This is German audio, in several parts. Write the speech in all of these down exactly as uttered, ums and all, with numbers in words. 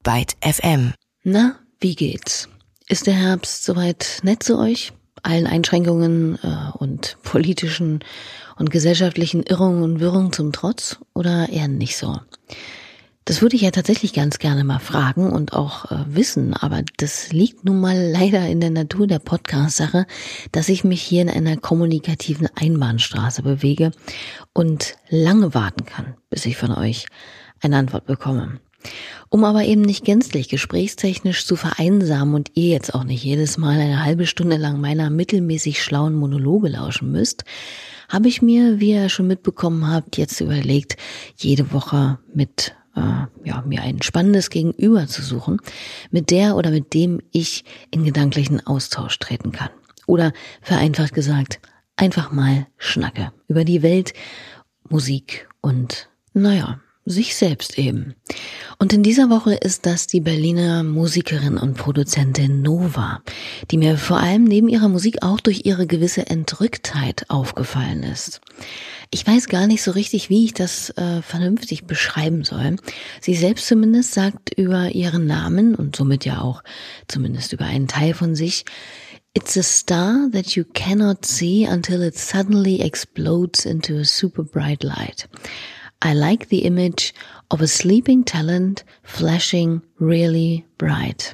Byte F M. Na, wie geht's? Ist der Herbst soweit nett zu euch? Allen Einschränkungen äh, und politischen und gesellschaftlichen Irrungen und Wirrungen zum Trotz oder eher nicht so? Das würde ich ja tatsächlich ganz gerne mal fragen und auch äh, wissen, aber das liegt nun mal leider in der Natur der Podcast-Sache, dass ich mich hier in einer kommunikativen Einbahnstraße bewege und lange warten kann, bis ich von euch eine Antwort bekomme. Um aber eben nicht gänzlich gesprächstechnisch zu vereinsamen und ihr jetzt auch nicht jedes Mal eine halbe Stunde lang meiner mittelmäßig schlauen Monologe lauschen müsst, habe ich mir, wie ihr schon mitbekommen habt, jetzt überlegt, jede Woche mit äh, ja, mir ein spannendes Gegenüber zu suchen, mit der oder mit dem ich in gedanklichen Austausch treten kann. Oder vereinfacht gesagt, einfach mal Schnacke über die Welt, Musik und, naja, sich selbst eben. Und in dieser Woche ist das die Berliner Musikerin und Produzentin Nova, die mir vor allem neben ihrer Musik auch durch ihre gewisse Entrücktheit aufgefallen ist. Ich weiß gar nicht so richtig, wie ich das äh, vernünftig beschreiben soll. Sie selbst zumindest sagt über ihren Namen und somit ja auch zumindest über einen Teil von sich: "It's a star that you cannot see until it suddenly explodes into a super bright light. I like the image of a sleeping talent flashing really bright."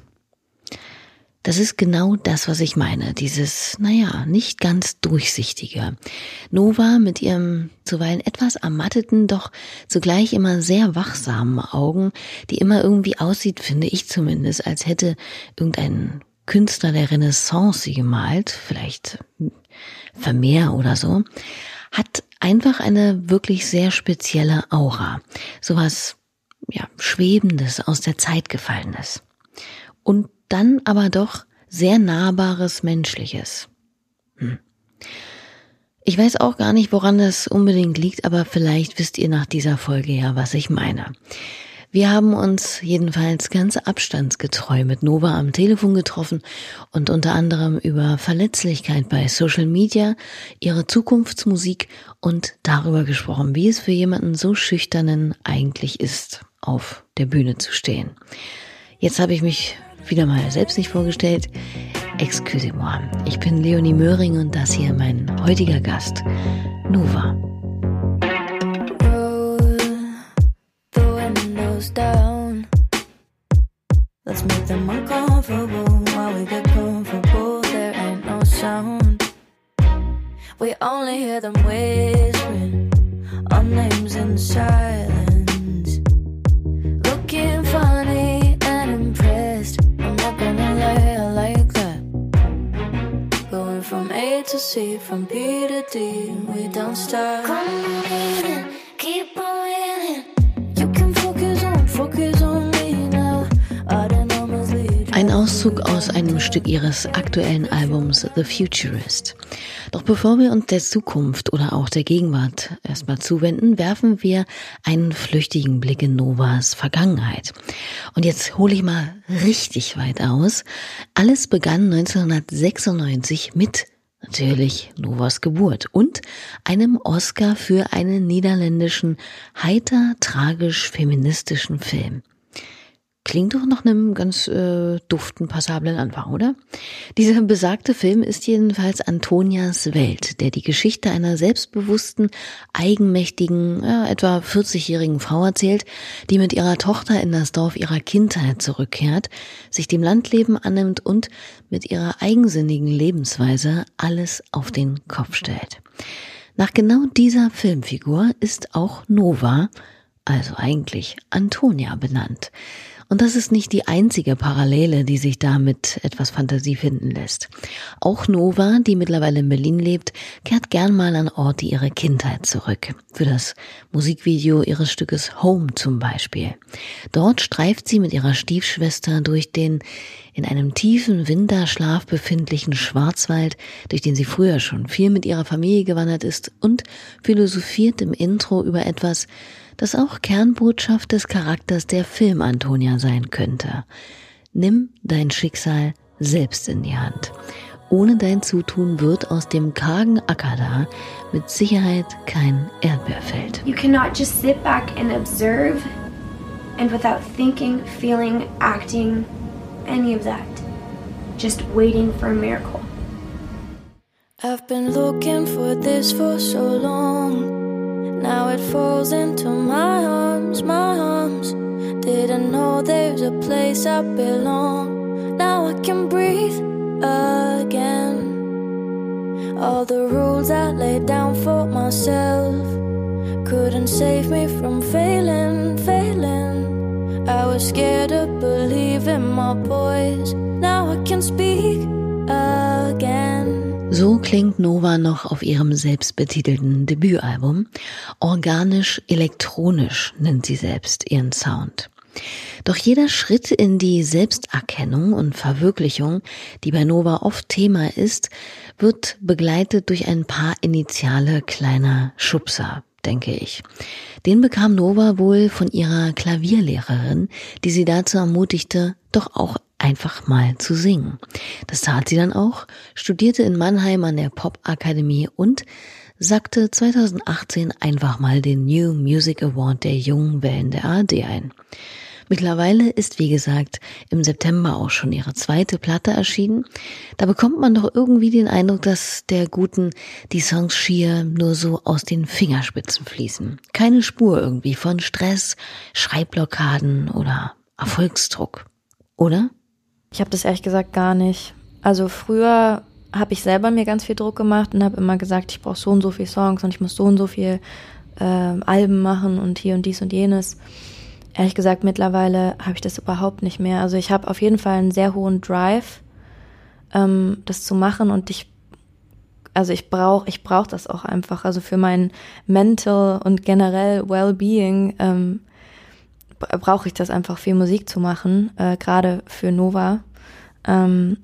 Das ist genau das, was ich meine. Dieses, naja, nicht ganz durchsichtige. Nova mit ihrem zuweilen etwas ermatteten, doch zugleich immer sehr wachsamen Augen, die immer irgendwie aussieht, finde ich zumindest, als hätte irgendein Künstler der Renaissance sie gemalt, vielleicht Vermeer oder so, hat einfach eine wirklich sehr spezielle Aura. Sowas, ja, Schwebendes, aus der Zeit Gefallenes. Und dann aber doch sehr Nahbares, Menschliches. Hm. Ich weiß auch gar nicht, woran das unbedingt liegt, aber vielleicht wisst ihr nach dieser Folge ja, was ich meine. Wir haben uns jedenfalls ganz abstandsgetreu mit Nova am Telefon getroffen und unter anderem über Verletzlichkeit bei Social Media, ihre Zukunftsmusik und darüber gesprochen, wie es für jemanden so Schüchternen eigentlich ist, auf der Bühne zu stehen. Jetzt habe ich mich wieder mal selbst nicht vorgestellt. Excusez-moi. Ich bin Leonie Möhring und das hier mein heutiger Gast, Nova. Down. Let's make them uncomfortable while we get comfortable. There ain't no sound. We only hear them whispering our names in silence. Looking funny and impressed. I'm not gonna lie, I like that. Going from A to C, from B to D, we don't stop. Come on in, keep on in. Ein Auszug aus einem Stück ihres aktuellen Albums The Futurist. Doch bevor wir uns der Zukunft oder auch der Gegenwart erstmal zuwenden, werfen wir einen flüchtigen Blick in Novas Vergangenheit. Und jetzt hole ich mal richtig weit aus. Alles begann neunzehnhundertsechsundneunzig mit natürlich Novas Geburt und einem Oscar für einen niederländischen, heiter, tragisch feministischen Film. Klingt doch nach einem ganz äh, duften, passablen Anfang, oder? Dieser besagte Film ist jedenfalls Antonias Welt, der die Geschichte einer selbstbewussten, eigenmächtigen, ja, etwa vierzigjährigen Frau erzählt, die mit ihrer Tochter in das Dorf ihrer Kindheit zurückkehrt, sich dem Landleben annimmt und mit ihrer eigensinnigen Lebensweise alles auf den Kopf stellt. Nach genau dieser Filmfigur ist auch Nova, also eigentlich Antonia, benannt. Und das ist nicht die einzige Parallele, die sich da mit etwas Fantasie finden lässt. Auch Nova, die mittlerweile in Berlin lebt, kehrt gern mal an Orte ihrer Kindheit zurück. Für das Musikvideo ihres Stückes Home zum Beispiel. Dort streift sie mit ihrer Stiefschwester durch den in einem tiefen Winterschlaf befindlichen Schwarzwald, durch den sie früher schon viel mit ihrer Familie gewandert ist, und philosophiert im Intro über etwas, das auch Kernbotschaft des Charakters der Film-Antonia sein könnte. Nimm dein Schicksal selbst in die Hand. Ohne dein Zutun wird aus dem kargen Acker da mit Sicherheit kein Erdbeerfeld. You cannot just sit back and observe and without thinking, feeling, acting, any of that. Just waiting for a miracle. I've been looking for this for so long. Now it falls into my arms, my arms. Didn't know there's a place I belong. Now I can breathe again. All the rules I laid down for myself couldn't save me from failing, failing. I was scared to believe in my boys. Now I can speak again. So klingt Nova noch auf ihrem selbstbetitelten Debütalbum. Organisch-elektronisch nennt sie selbst ihren Sound. Doch jeder Schritt in die Selbsterkennung und Verwirklichung, die bei Nova oft Thema ist, wird begleitet durch ein paar initiale kleiner Schubser, denke ich. Den bekam Nova wohl von ihrer Klavierlehrerin, die sie dazu ermutigte, doch auch einfach mal zu singen. Das tat sie dann auch, studierte in Mannheim an der Popakademie und sackte zweitausendachtzehn einfach mal den New Music Award der jungen Wellen der A R D ein. Mittlerweile ist, wie gesagt, im September auch schon ihre zweite Platte erschienen. Da bekommt man doch irgendwie den Eindruck, dass der Guten die Songs schier nur so aus den Fingerspitzen fließen. Keine Spur irgendwie von Stress, Schreibblockaden oder Erfolgsdruck. Oder? Ich habe das ehrlich gesagt gar nicht. Also früher habe ich selber mir ganz viel Druck gemacht und habe immer gesagt, ich brauche so und so viele Songs und ich muss so und so viel äh, Alben machen und hier und dies und jenes. Ehrlich gesagt, mittlerweile habe ich das überhaupt nicht mehr. Also ich habe auf jeden Fall einen sehr hohen Drive, ähm, das zu machen und ich, also ich brauche, ich brauche das auch einfach. Also für mein Mental und generell Wellbeing ähm, brauche ich das einfach, viel Musik zu machen, äh, gerade für Nova. Ähm,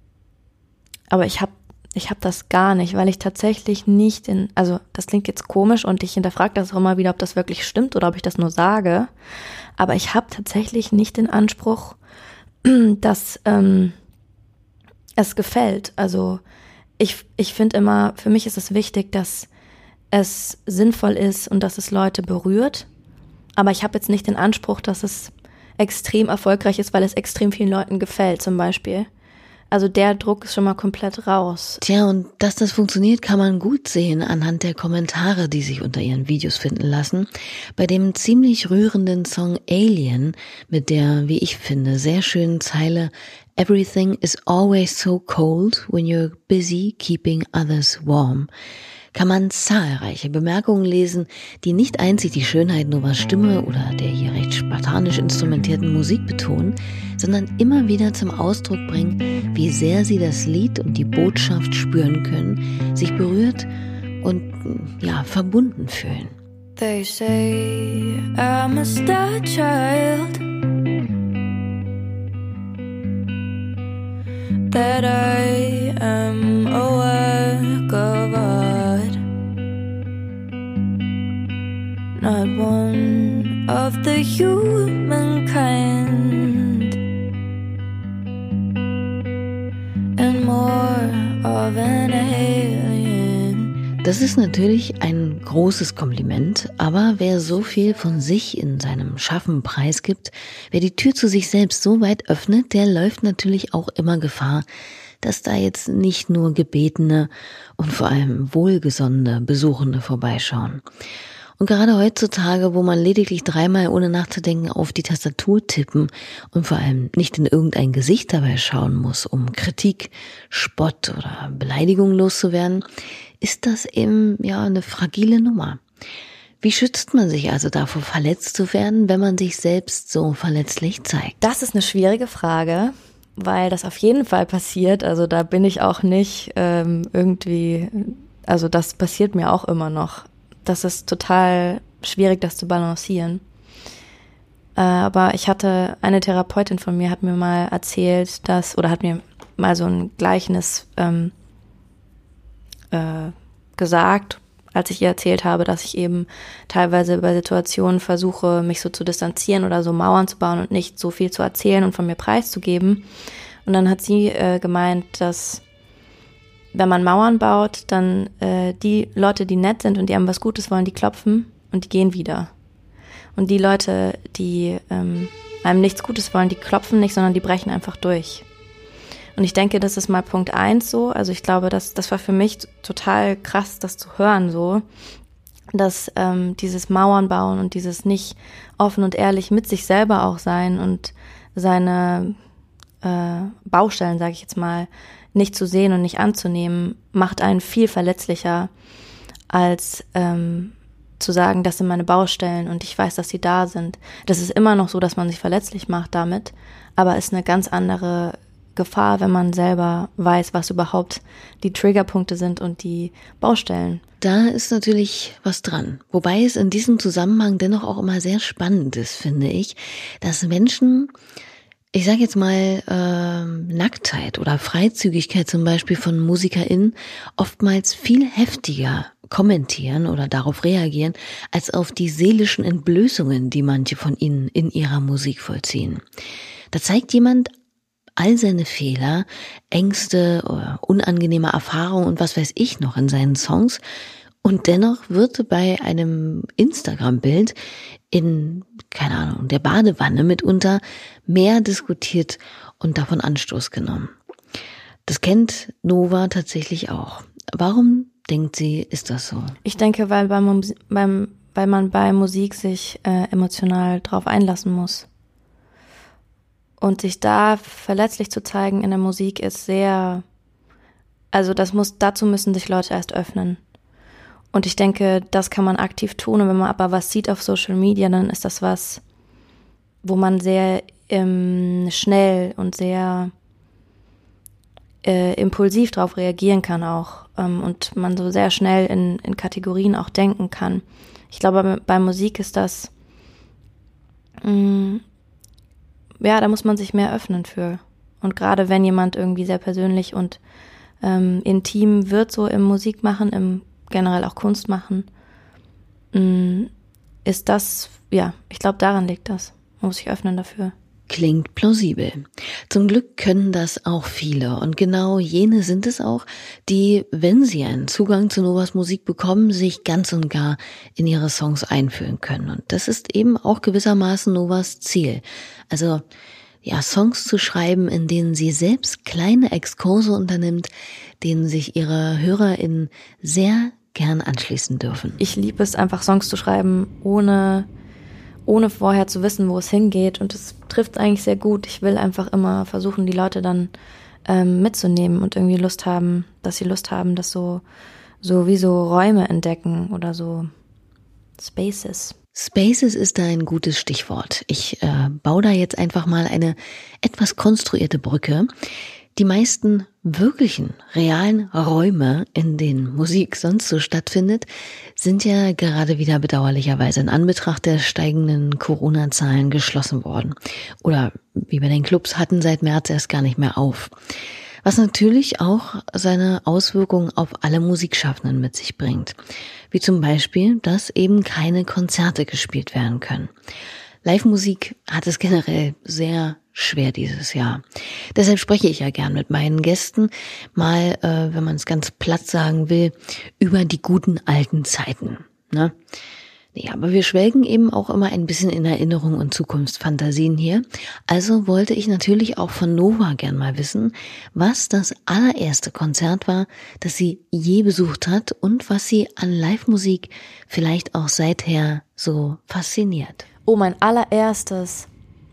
aber ich habe ich hab das gar nicht, weil ich tatsächlich nicht in, also das klingt jetzt komisch und ich hinterfrage das auch immer wieder, ob das wirklich stimmt oder ob ich das nur sage, aber ich habe tatsächlich nicht den Anspruch, dass ähm, es gefällt. Also ich, ich finde immer, für mich ist es wichtig, dass es sinnvoll ist und dass es Leute berührt. Aber ich habe jetzt nicht den Anspruch, dass es extrem erfolgreich ist, weil es extrem vielen Leuten gefällt, zum Beispiel. Also der Druck ist schon mal komplett raus. Tja, und dass das funktioniert, kann man gut sehen anhand der Kommentare, die sich unter ihren Videos finden lassen. Bei dem ziemlich rührenden Song Alien mit der, wie ich finde, sehr schönen Zeile Everything is always so cold when you're busy keeping others warm, kann man zahlreiche Bemerkungen lesen, die nicht einzig die Schönheit Novas Stimme oder der hier recht spartanisch instrumentierten Musik betonen, sondern immer wieder zum Ausdruck bringen, wie sehr sie das Lied und die Botschaft spüren können, sich berührt und ja, verbunden fühlen. They say I'm a star child, that I am a work of art, not one of the humankind, and more of an alien. Das ist natürlich ein großes Kompliment, aber wer so viel von sich in seinem Schaffen preisgibt, wer die Tür zu sich selbst so weit öffnet, der läuft natürlich auch immer Gefahr, dass da jetzt nicht nur gebetene und vor allem wohlgesonnene Besuchende vorbeischauen. Und gerade heutzutage, wo man lediglich dreimal ohne nachzudenken auf die Tastatur tippen und vor allem nicht in irgendein Gesicht dabei schauen muss, um Kritik, Spott oder Beleidigung loszuwerden, ist das eben ja eine fragile Nummer. Wie schützt man sich also davor, verletzt zu werden, wenn man sich selbst so verletzlich zeigt? Das ist eine schwierige Frage, weil das auf jeden Fall passiert. Also da bin ich auch nicht ähm, irgendwie, also das passiert mir auch immer noch. Das ist total schwierig, das zu balancieren. Äh, aber ich hatte, eine Therapeutin von mir hat mir mal erzählt, dass, oder hat mir mal so ein Gleichnis ähm, äh, gesagt, als ich ihr erzählt habe, dass ich eben teilweise bei Situationen versuche, mich so zu distanzieren oder so Mauern zu bauen und nicht so viel zu erzählen und von mir preiszugeben. Und dann hat sie äh, gemeint, dass wenn man Mauern baut, dann äh, die Leute, die nett sind und die einem was Gutes wollen, die klopfen und die gehen wieder. Und die Leute, die ähm, einem nichts Gutes wollen, die klopfen nicht, sondern die brechen einfach durch. Und ich denke, das ist mal Punkt eins so. Also ich glaube, das, das war für mich total krass, das zu hören so, dass ähm, dieses Mauern bauen und dieses nicht offen und ehrlich mit sich selber auch sein und seine äh, Baustellen, sage ich jetzt mal, nicht zu sehen und nicht anzunehmen, macht einen viel verletzlicher, als ähm, zu sagen, das sind meine Baustellen und ich weiß, dass sie da sind. Das ist immer noch so, dass man sich verletzlich macht damit, aber ist eine ganz andere Gefahr, wenn man selber weiß, was überhaupt die Triggerpunkte sind und die Baustellen. Da ist natürlich was dran. Wobei es in diesem Zusammenhang dennoch auch immer sehr spannend ist, finde ich, dass Menschen, ich sage jetzt mal, äh, Nacktheit oder Freizügigkeit zum Beispiel von MusikerInnen oftmals viel heftiger kommentieren oder darauf reagieren, als auf die seelischen Entblößungen, die manche von ihnen in ihrer Musik vollziehen. Da zeigt jemand all seine Fehler, Ängste, oder unangenehme Erfahrungen und was weiß ich noch in seinen Songs. Und dennoch wird bei einem Instagram-Bild in, keine Ahnung, der Badewanne mitunter mehr diskutiert und davon Anstoß genommen. Das kennt Nova tatsächlich auch. Warum denkt sie, ist das so? Ich denke, weil beim, beim, weil man bei Musik sich äh, emotional drauf einlassen muss. Und sich da verletzlich zu zeigen in der Musik ist sehr, also das muss, dazu müssen sich Leute erst öffnen. Und ich denke, das kann man aktiv tun. Und wenn man aber was sieht auf Social Media, dann ist das was, wo man sehr ähm, schnell und sehr äh, impulsiv drauf reagieren kann auch. Ähm, und man so sehr schnell in, in Kategorien auch denken kann. Ich glaube, bei, bei Musik ist das, mh, ja, da muss man sich mehr öffnen für. Und gerade wenn jemand irgendwie sehr persönlich und ähm, intim wird, so im Musikmachen, im generell auch Kunst machen, mh, ist das, ja, ich glaube, daran liegt das. Man muss sich öffnen dafür. Klingt plausibel. Zum Glück können das auch viele. Und genau jene sind es auch, die, wenn sie einen Zugang zu Novas Musik bekommen, sich ganz und gar in ihre Songs einfühlen können. Und das ist eben auch gewissermaßen Novas Ziel. Also, ja, Songs zu schreiben, in denen sie selbst kleine Exkurse unternimmt, denen sich ihre HörerInnen sehr gern anschließen dürfen. Ich liebe es einfach, Songs zu schreiben, ohne ohne vorher zu wissen, wo es hingeht. Und es trifft eigentlich sehr gut. Ich will einfach immer versuchen, die Leute dann ähm, mitzunehmen und irgendwie Lust haben, dass sie Lust haben, dass so, so wie so Räume entdecken oder so Spaces. Spaces ist da ein gutes Stichwort. Ich äh, baue da jetzt einfach mal eine etwas konstruierte Brücke. Die meisten wirklichen, realen Räume, in denen Musik sonst so stattfindet, sind ja gerade wieder bedauerlicherweise in Anbetracht der steigenden Corona-Zahlen geschlossen worden. Oder wie bei den Clubs hatten seit März erst gar nicht mehr auf. Was natürlich auch seine Auswirkungen auf alle Musikschaffenden mit sich bringt. Wie zum Beispiel, dass eben keine Konzerte gespielt werden können. Live-Musik hat es generell sehr schwer dieses Jahr. Deshalb spreche ich ja gern mit meinen Gästen mal, äh, wenn man es ganz platt sagen will, über die guten alten Zeiten. Ne? Nee, aber wir schwelgen eben auch immer ein bisschen in Erinnerung und Zukunftsfantasien hier. Also wollte ich natürlich auch von Nova gern mal wissen, was das allererste Konzert war, das sie je besucht hat und was sie an Live-Musik vielleicht auch seither so fasziniert. Oh, mein allererstes,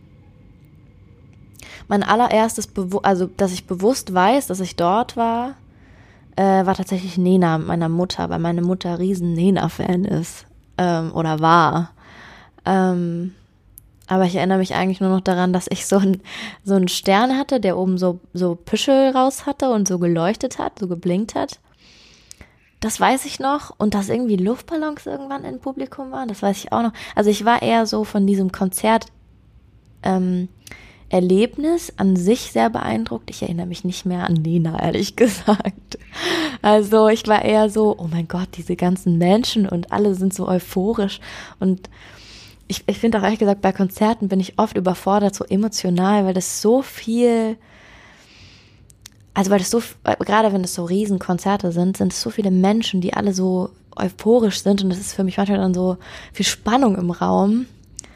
mein allererstes, Bewu- also dass ich bewusst weiß, dass ich dort war, äh, war tatsächlich Nena mit meiner Mutter, weil meine Mutter riesen Nena-Fan ist ähm, oder war. Ähm, aber ich erinnere mich eigentlich nur noch daran, dass ich so einen so einen Stern hatte, der oben so so Püschel raus hatte und so geleuchtet hat, so geblinkt hat. Das weiß ich noch. Und dass irgendwie Luftballons irgendwann im Publikum waren, das weiß ich auch noch. Also ich war eher so von diesem Konzert ähm, Erlebnis an sich sehr beeindruckt. Ich erinnere mich nicht mehr an Nena, ehrlich gesagt. Also ich war eher so, oh mein Gott, diese ganzen Menschen und alle sind so euphorisch. Und ich, ich finde auch ehrlich gesagt, bei Konzerten bin ich oft überfordert, so emotional, weil das so viel... Also weil das so, gerade wenn es so Riesenkonzerte sind, sind es so viele Menschen, die alle so euphorisch sind und es ist für mich manchmal dann so viel Spannung im Raum.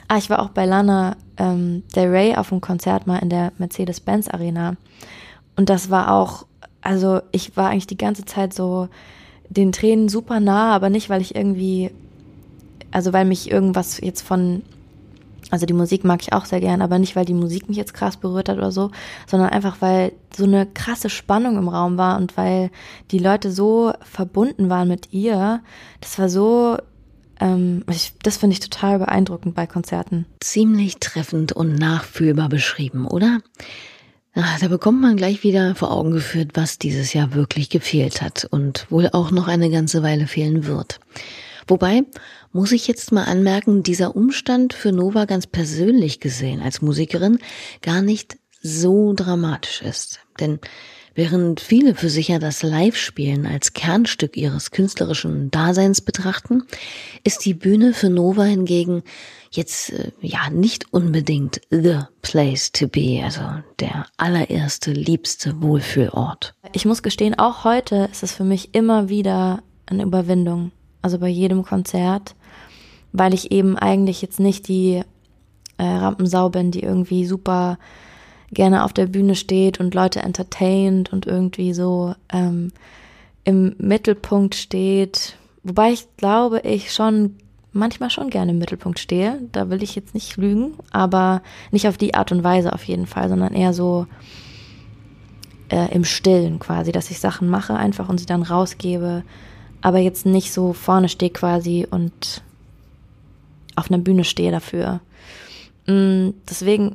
Ah, ich war auch bei Lana ähm, Del Rey auf einem Konzert mal in der Mercedes-Benz Arena. Und das war auch, also ich war eigentlich die ganze Zeit so den Tränen super nah, aber nicht, weil ich irgendwie, also weil mich irgendwas jetzt von, also die Musik mag ich auch sehr gern, aber nicht, weil die Musik mich jetzt krass berührt hat oder so, sondern einfach, weil so eine krasse Spannung im Raum war und weil die Leute so verbunden waren mit ihr. Das war so... Ähm, ich, das finde ich total beeindruckend bei Konzerten. Ziemlich treffend und nachfühlbar beschrieben, oder? Ach, da bekommt man gleich wieder vor Augen geführt, was dieses Jahr wirklich gefehlt hat und wohl auch noch eine ganze Weile fehlen wird. Wobei, muss ich jetzt mal anmerken, dieser Umstand für Nova ganz persönlich gesehen als Musikerin gar nicht so dramatisch ist. Denn während viele für sich ja das Live-Spielen als Kernstück ihres künstlerischen Daseins betrachten, ist die Bühne für Nova hingegen jetzt äh, ja nicht unbedingt the place to be, also der allererste, liebste Wohlfühlort. Ich muss gestehen, auch heute ist es für mich immer wieder eine Überwindung, also bei jedem Konzert, weil ich eben eigentlich jetzt nicht die äh, Rampensau bin, die irgendwie super gerne auf der Bühne steht und Leute entertaint und irgendwie so ähm, im Mittelpunkt steht. Wobei ich glaube, ich schon manchmal schon gerne im Mittelpunkt stehe. Da will ich jetzt nicht lügen, aber nicht auf die Art und Weise auf jeden Fall, sondern eher so äh, im Stillen quasi, dass ich Sachen mache einfach und sie dann rausgebe, aber jetzt nicht so vorne stehe quasi und auf einer Bühne stehe dafür. Mm, deswegen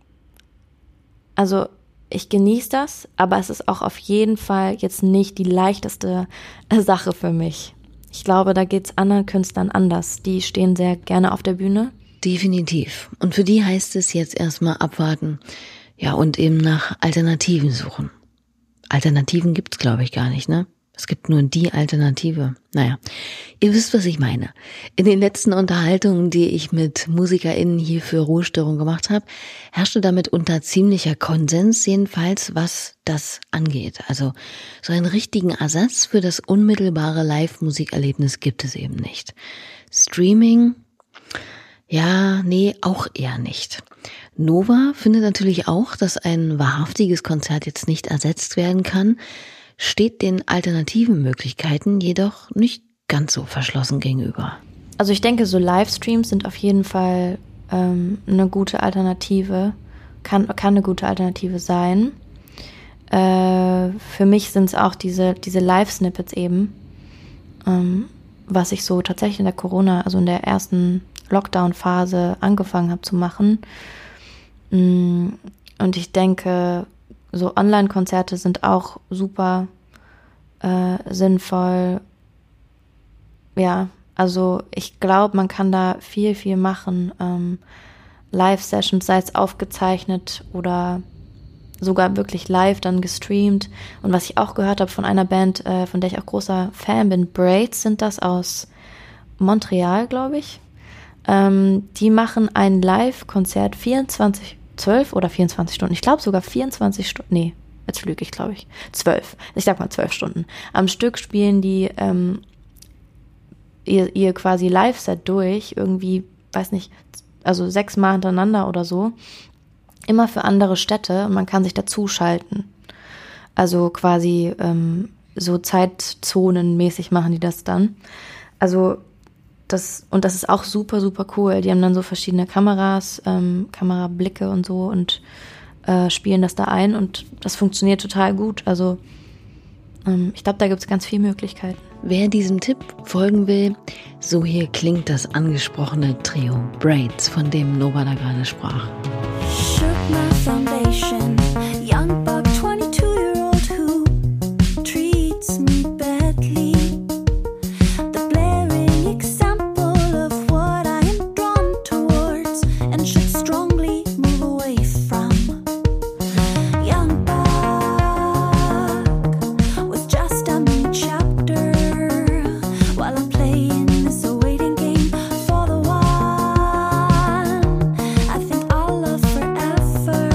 Also ich genieße das, aber es ist auch auf jeden Fall jetzt nicht die leichteste Sache für mich. Ich glaube, da geht's anderen Künstlern anders. Die stehen sehr gerne auf der Bühne. Definitiv. Und für die heißt es jetzt erstmal abwarten. Ja, und eben nach Alternativen suchen. Alternativen gibt's, glaube ich, gar nicht, ne? Es gibt nur die Alternative. Naja, ihr wisst, was ich meine. In den letzten Unterhaltungen, die ich mit MusikerInnen hier für Ruhestörung gemacht habe, herrschte damit unter ziemlicher Konsens jedenfalls, was das angeht. Also so einen richtigen Ersatz für das unmittelbare Live-Musikerlebnis gibt es eben nicht. Streaming? Ja, nee, auch eher nicht. Nova findet natürlich auch, dass ein wahrhaftiges Konzert jetzt nicht ersetzt werden kann, steht den alternativen Möglichkeiten jedoch nicht ganz so verschlossen gegenüber. Also ich denke, so Livestreams sind auf jeden Fall ähm, eine gute Alternative, kann, kann eine gute Alternative sein. Äh, für mich sind es auch diese, diese Live-Snippets eben, ähm, was ich so tatsächlich in der Corona, also in der ersten Lockdown-Phase angefangen habe zu machen. Und ich denke, so Online-Konzerte sind auch super äh, sinnvoll. Ja, also ich glaube, man kann da viel, viel machen. Ähm, Live-Sessions, sei es aufgezeichnet oder sogar wirklich live dann gestreamt. Und was ich auch gehört habe von einer Band, äh, von der ich auch großer Fan bin, Braids sind das aus Montreal, glaube ich. Ähm, die machen ein Live-Konzert vierundzwanzig zwölf oder vierundzwanzig Stunden. Ich glaube sogar vierundzwanzig Stunden. Nee, jetzt lüge ich, glaube ich. zwölf. Ich sag mal zwölf Stunden. Am Stück spielen die ähm, ihr, ihr quasi Live-Set durch. Irgendwie, weiß nicht, also sechsmal hintereinander oder so. Immer für andere Städte. Und man kann sich dazuschalten. Also quasi ähm, so Zeitzonenmäßig machen die das dann. Also Das, und das ist auch super, super cool. Die haben dann so verschiedene Kameras, ähm, Kamerablicke und so und äh, spielen das da ein und das funktioniert total gut. Also ähm, ich glaube, da gibt es ganz viele Möglichkeiten. Wer diesem Tipp folgen will, so hier klingt das angesprochene Trio Braids, von dem Nova da gerade sprach. Shook my foundation, young buck, twenty-two-year-old who treats me badly. The blaring example of what I am drawn towards and should strongly move away from. Young buck was just a new chapter while I'm playing this awaiting game for the one I think I'll love forever.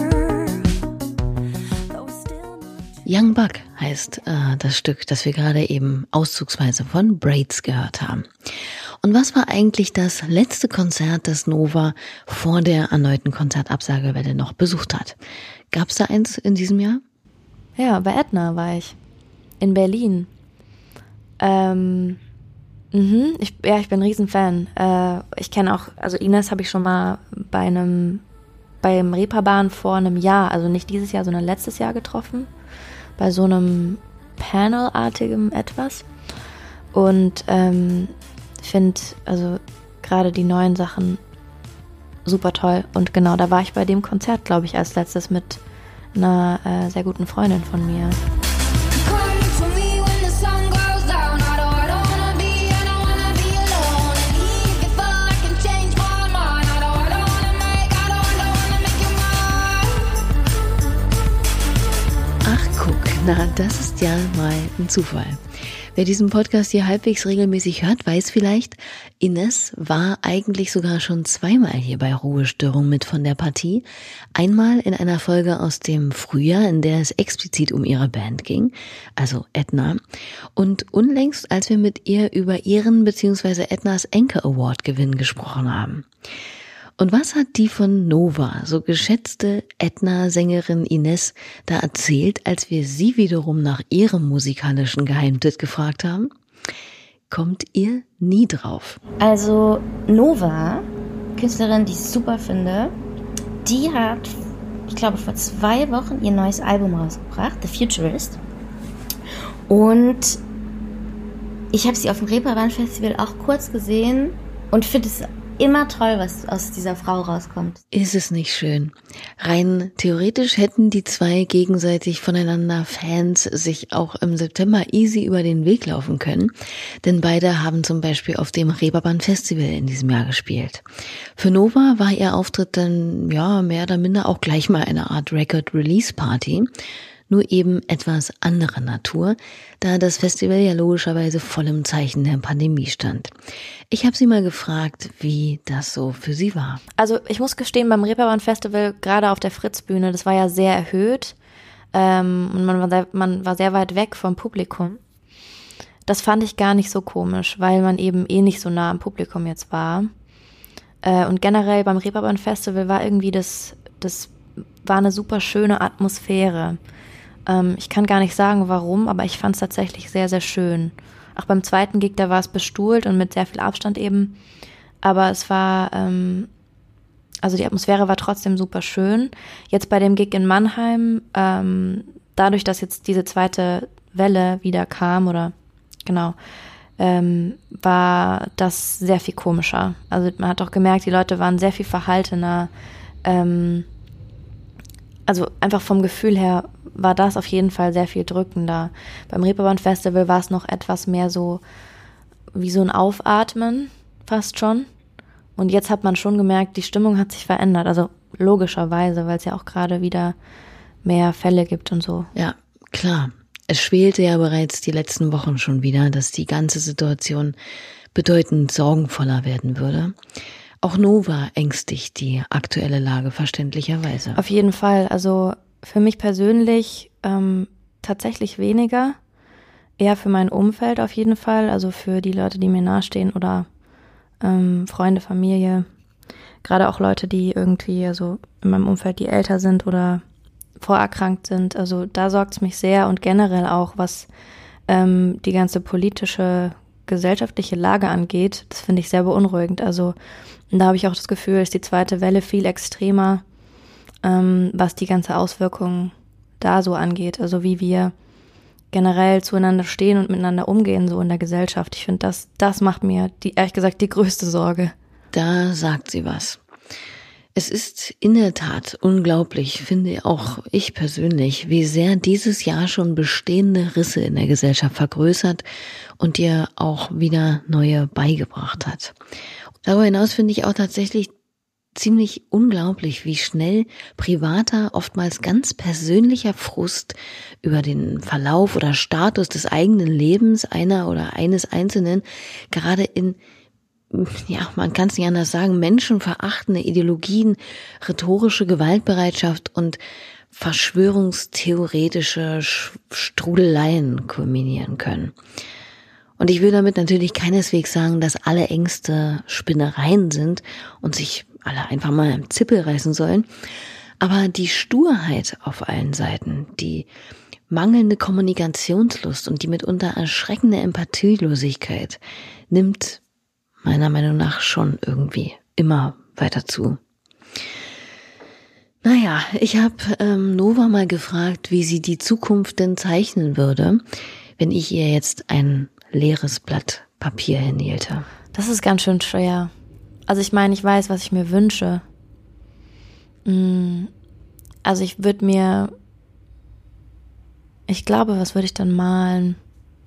Though still not. Young Buck heißt äh, das Stück, das wir gerade eben auszugsweise von Braids gehört haben. Und was war eigentlich das letzte Konzert, das Nova vor der erneuten Konzertabsagewelle noch besucht hat? Gab es da eins in diesem Jahr? Ja, bei Edna war ich. In Berlin. Ähm, mh, ich, ja, ich bin ein Riesenfan. Äh, ich kenne auch, also Ines habe ich schon mal bei einem, beim Reeperbahn vor einem Jahr, also nicht dieses Jahr, sondern letztes Jahr getroffen. Bei so einem Panel-artigem etwas. Und ähm, finde, also gerade die neuen Sachen super toll. Und genau, da war ich bei dem Konzert, glaube ich, als letztes mit einer äh, sehr guten Freundin von mir. Ach guck, na das ist ja mal ein Zufall. Wer diesen Podcast hier halbwegs regelmäßig hört, weiß vielleicht, Ines war eigentlich sogar schon zweimal hier bei Ruhestörung mit von der Partie. Einmal in einer Folge aus dem Frühjahr, in der es explizit um ihre Band ging, also Edna. Und unlängst, als wir mit ihr über ihren bzw. Ednas Anchor Award Gewinn gesprochen haben. Und was hat die von Nova, so geschätzte Edna-Sängerin Ines, da erzählt, als wir sie wiederum nach ihrem musikalischen Geheimtipp gefragt haben? Kommt ihr nie drauf. Also Nova, Künstlerin, die ich super finde, die hat, ich glaube, vor zwei Wochen ihr neues Album rausgebracht, The Futurist. Und ich habe sie auf dem Reeperbahn Festival auch kurz gesehen und finde es immer toll, was aus dieser Frau rauskommt. Ist es nicht schön? Rein theoretisch hätten die zwei gegenseitig voneinander Fans sich auch im September easy über den Weg laufen können, denn beide haben zum Beispiel auf dem Reeperbahn Festival in diesem Jahr gespielt. Für Nova war ihr Auftritt dann ja mehr oder minder auch gleich mal eine Art Record-Release-Party, nur eben etwas anderer Natur, da das Festival ja logischerweise voll im Zeichen der Pandemie stand. Ich habe sie mal gefragt, wie das so für sie war. Also ich muss gestehen, beim Reeperbahn Festival, gerade auf der Fritz-Bühne, das war ja sehr erhöht ähm, und man war, sehr, man war sehr weit weg vom Publikum. Das fand ich gar nicht so komisch, weil man eben eh nicht so nah am Publikum jetzt war. Äh, und generell beim Reeperbahn Festival war irgendwie das, das war eine super schöne Atmosphäre. Ich kann gar nicht sagen, warum, aber ich fand es tatsächlich sehr, sehr schön. Auch beim zweiten Gig, da war es bestuhlt und mit sehr viel Abstand eben. Aber es war, ähm, also die Atmosphäre war trotzdem super schön. Jetzt bei dem Gig in Mannheim, ähm, dadurch, dass jetzt diese zweite Welle wieder kam, oder genau, ähm, war das sehr viel komischer. Also man hat auch gemerkt, die Leute waren sehr viel verhaltener. Ähm, also einfach vom Gefühl her war das auf jeden Fall sehr viel drückender. Beim Reeperbahn Festival war es noch etwas mehr so wie so ein Aufatmen, fast schon. Und jetzt hat man schon gemerkt, die Stimmung hat sich verändert. Also logischerweise, weil es ja auch gerade wieder mehr Fälle gibt und so. Ja, klar. Es schwelte ja bereits die letzten Wochen schon wieder, dass die ganze Situation bedeutend sorgenvoller werden würde. Auch Nova ängstigt die aktuelle Lage verständlicherweise. Auf jeden Fall. Also für mich persönlich ähm, tatsächlich weniger. Eher für mein Umfeld auf jeden Fall. Also für die Leute, die mir nahestehen oder ähm, Freunde, Familie. Gerade auch Leute, die irgendwie, also in meinem Umfeld, die älter sind oder vorerkrankt sind. Also da sorgt es mich sehr und generell auch, was ähm, die ganze politische, gesellschaftliche Lage angeht. Das finde ich sehr beunruhigend. Also da habe ich auch das Gefühl, ist die zweite Welle viel extremer, ähm, was die ganze Auswirkung da so angeht. Also wie wir generell zueinander stehen und miteinander umgehen so in der Gesellschaft. Ich finde, das, das macht mir, die, ehrlich gesagt, die größte Sorge. Da sagt sie was. Es ist in der Tat unglaublich, finde auch ich persönlich, wie sehr dieses Jahr schon bestehende Risse in der Gesellschaft vergrößert und ihr auch wieder neue beigebracht hat. Darüber hinaus finde ich auch tatsächlich ziemlich unglaublich, wie schnell privater, oftmals ganz persönlicher Frust über den Verlauf oder Status des eigenen Lebens einer oder eines Einzelnen gerade in, ja, man kann es nicht anders sagen, menschenverachtende Ideologien, rhetorische Gewaltbereitschaft und verschwörungstheoretische Strudeleien kulminieren können. Und ich will damit natürlich keineswegs sagen, dass alle Ängste Spinnereien sind und sich alle einfach mal im Zippel reißen sollen. Aber die Sturheit auf allen Seiten, die mangelnde Kommunikationslust und die mitunter erschreckende Empathielosigkeit nimmt meiner Meinung nach schon irgendwie immer weiter zu. Naja, ich habe ähm, Nova mal gefragt, wie sie die Zukunft denn zeichnen würde, wenn ich ihr jetzt ein leeres Blatt Papier hinhielte. Das ist ganz schön schwer. Also ich meine, ich weiß, was ich mir wünsche. Also ich würde mir, ich glaube, was würde ich dann malen?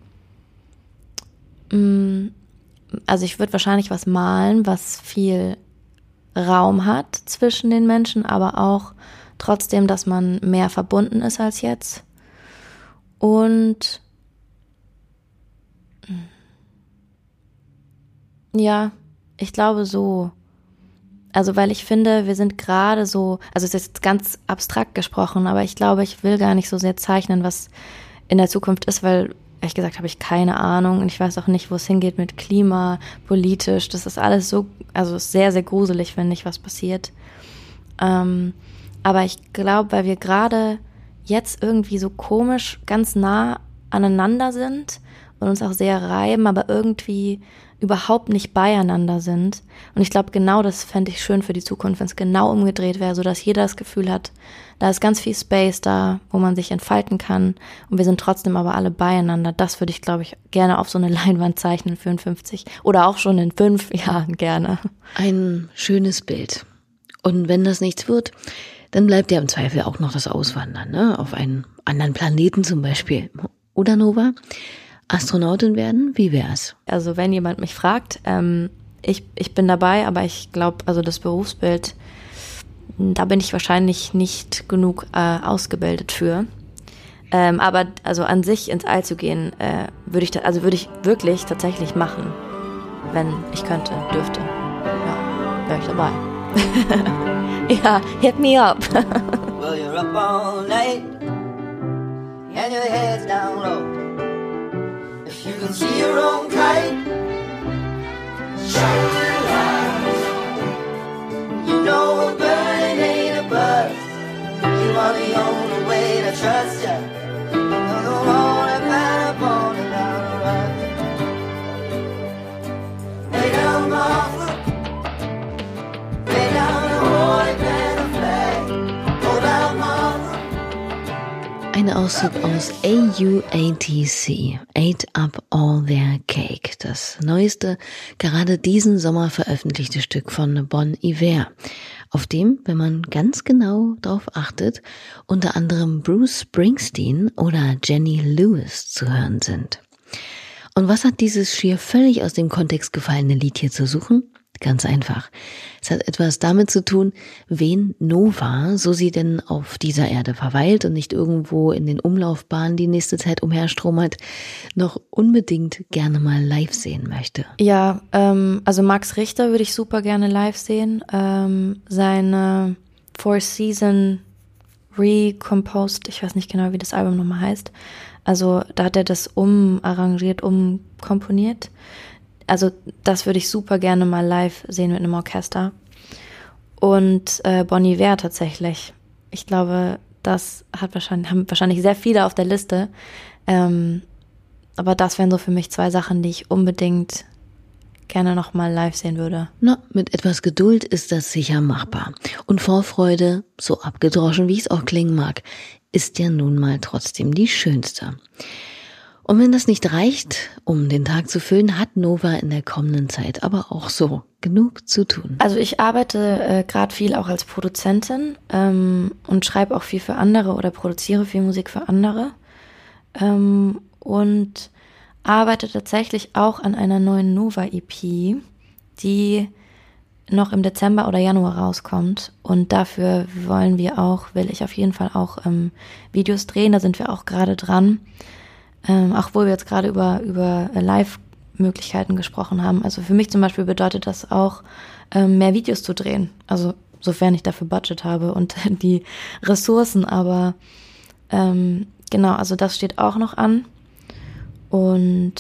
Also ich würde wahrscheinlich was malen, was viel Raum hat zwischen den Menschen, aber auch trotzdem, dass man mehr verbunden ist als jetzt. Und ja, ich glaube so. Also weil ich finde, wir sind gerade so, also es ist jetzt ganz abstrakt gesprochen, aber ich glaube, ich will gar nicht so sehr zeichnen, was in der Zukunft ist, weil, ehrlich gesagt, habe ich keine Ahnung und ich weiß auch nicht, wo es hingeht mit Klima, politisch, das ist alles so, also ist sehr, sehr gruselig, finde ich, was passiert. Ähm, aber ich glaube, weil wir gerade jetzt irgendwie so komisch ganz nah aneinander sind und uns auch sehr reiben, aber irgendwie überhaupt nicht beieinander sind. Und ich glaube, genau das fände ich schön für die Zukunft, wenn es genau umgedreht wäre, sodass jeder das Gefühl hat, da ist ganz viel Space da, wo man sich entfalten kann und wir sind trotzdem aber alle beieinander. Das würde ich, glaube ich, gerne auf so eine Leinwand zeichnen für in fünfzig oder auch schon in fünf Jahren gerne. Ein schönes Bild. Und wenn das nichts wird, dann bleibt ja im Zweifel auch noch das Auswandern, ne? Auf einen anderen Planeten zum Beispiel. Oder Nova? Astronautin werden? Wie wär's? Also wenn jemand mich fragt, ähm, ich, ich bin dabei, aber ich glaube, also das Berufsbild, da bin ich wahrscheinlich nicht genug äh, ausgebildet für. Ähm, aber also an sich ins All zu gehen, äh, würde ich, da, also würde ich wirklich tatsächlich machen, wenn ich könnte, dürfte. Ja, wäre ich dabei. Ja, hit me up. Well, you're up all night and your head's down low. If you can see your own kite, shut your eyes. You know a bird ain't a buzz. You are the only way to trust ya. You're the one that found upon it down the run. Lay down, Martha. Lay down the holy banner flag. Hold out, Martha. Ein Auszug aus A U A T C, Ate Up All Their Cake, das neueste, gerade diesen Sommer veröffentlichte Stück von Bon Iver, auf dem, wenn man ganz genau drauf achtet, unter anderem Bruce Springsteen oder Jenny Lewis zu hören sind. Und was hat dieses schier völlig aus dem Kontext gefallene Lied hier zu suchen? Ganz einfach. Es hat etwas damit zu tun, wen Nova, so sie denn auf dieser Erde verweilt und nicht irgendwo in den Umlaufbahnen die nächste Zeit umherstromert, noch unbedingt gerne mal live sehen möchte. Ja, ähm, also Max Richter würde ich super gerne live sehen. Ähm, seine Four Season Recomposed, ich weiß nicht genau, wie das Album nochmal heißt. Also da hat er das umarrangiert, umkomponiert. Also das würde ich super gerne mal live sehen mit einem Orchester. Und äh, Bon Iver tatsächlich. Ich glaube, das hat wahrscheinlich, haben wahrscheinlich sehr viele auf der Liste. Ähm, aber das wären so für mich zwei Sachen, die ich unbedingt gerne noch mal live sehen würde. Na, mit etwas Geduld ist das sicher machbar. Und Vorfreude, so abgedroschen wie es auch klingen mag, ist ja nun mal trotzdem die schönste. Und wenn das nicht reicht, um den Tag zu füllen, hat Nova in der kommenden Zeit aber auch so genug zu tun. Also ich arbeite äh, gerade viel auch als Produzentin ähm, und schreibe auch viel für andere oder produziere viel Musik für andere ähm, und arbeite tatsächlich auch an einer neuen Nova-E P, die noch im Dezember oder Januar rauskommt. Und dafür wollen wir auch, will ich auf jeden Fall auch ähm, Videos drehen, da sind wir auch gerade dran. Ähm, auch wo wir jetzt gerade über, über Live-Möglichkeiten gesprochen haben. Also für mich zum Beispiel bedeutet das auch, ähm, mehr Videos zu drehen. Also sofern ich dafür Budget habe und die Ressourcen. Aber ähm, genau, also das steht auch noch an. Und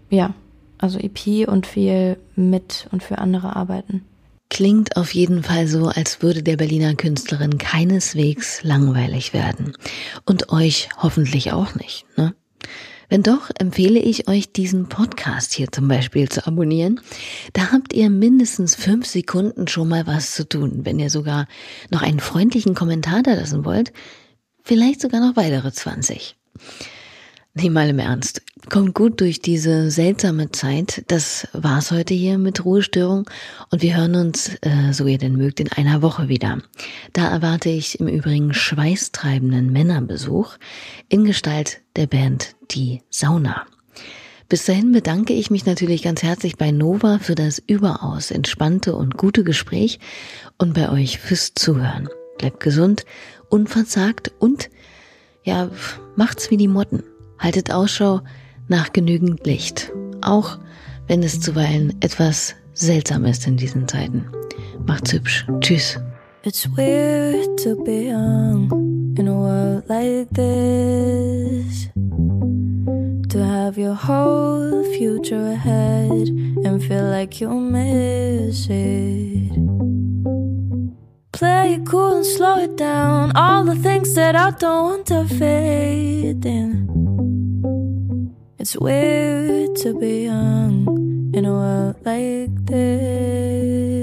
ja, also E P und viel mit und für andere arbeiten. Klingt auf jeden Fall so, als würde der Berliner Künstlerin keineswegs langweilig werden. Und euch hoffentlich auch nicht, ne? Wenn doch, empfehle ich euch, diesen Podcast hier zum Beispiel zu abonnieren. Da habt ihr mindestens fünf Sekunden schon mal was zu tun. Wenn ihr sogar noch einen freundlichen Kommentar da lassen wollt, vielleicht sogar noch weitere zwanzig. Nee, mal im Ernst. Kommt gut durch diese seltsame Zeit. Das war's heute hier mit Ruhestörung und wir hören uns, äh, so ihr denn mögt, in einer Woche wieder. Da erwarte ich im Übrigen schweißtreibenden Männerbesuch in Gestalt der Band Die Sauna. Bis dahin bedanke ich mich natürlich ganz herzlich bei Nova für das überaus entspannte und gute Gespräch und bei euch fürs Zuhören. Bleibt gesund, unverzagt und, ja, macht's wie die Motten. Haltet Ausschau nach genügend Licht, auch wenn es zuweilen etwas seltsam ist in diesen Zeiten. Macht's hübsch. Tschüss. It's weird to be young in a world like this, to have your whole future ahead and feel like you'll miss it. Play it cool and slow it down, all the things that I don't want to fade in. It's weird to be young in a world like this.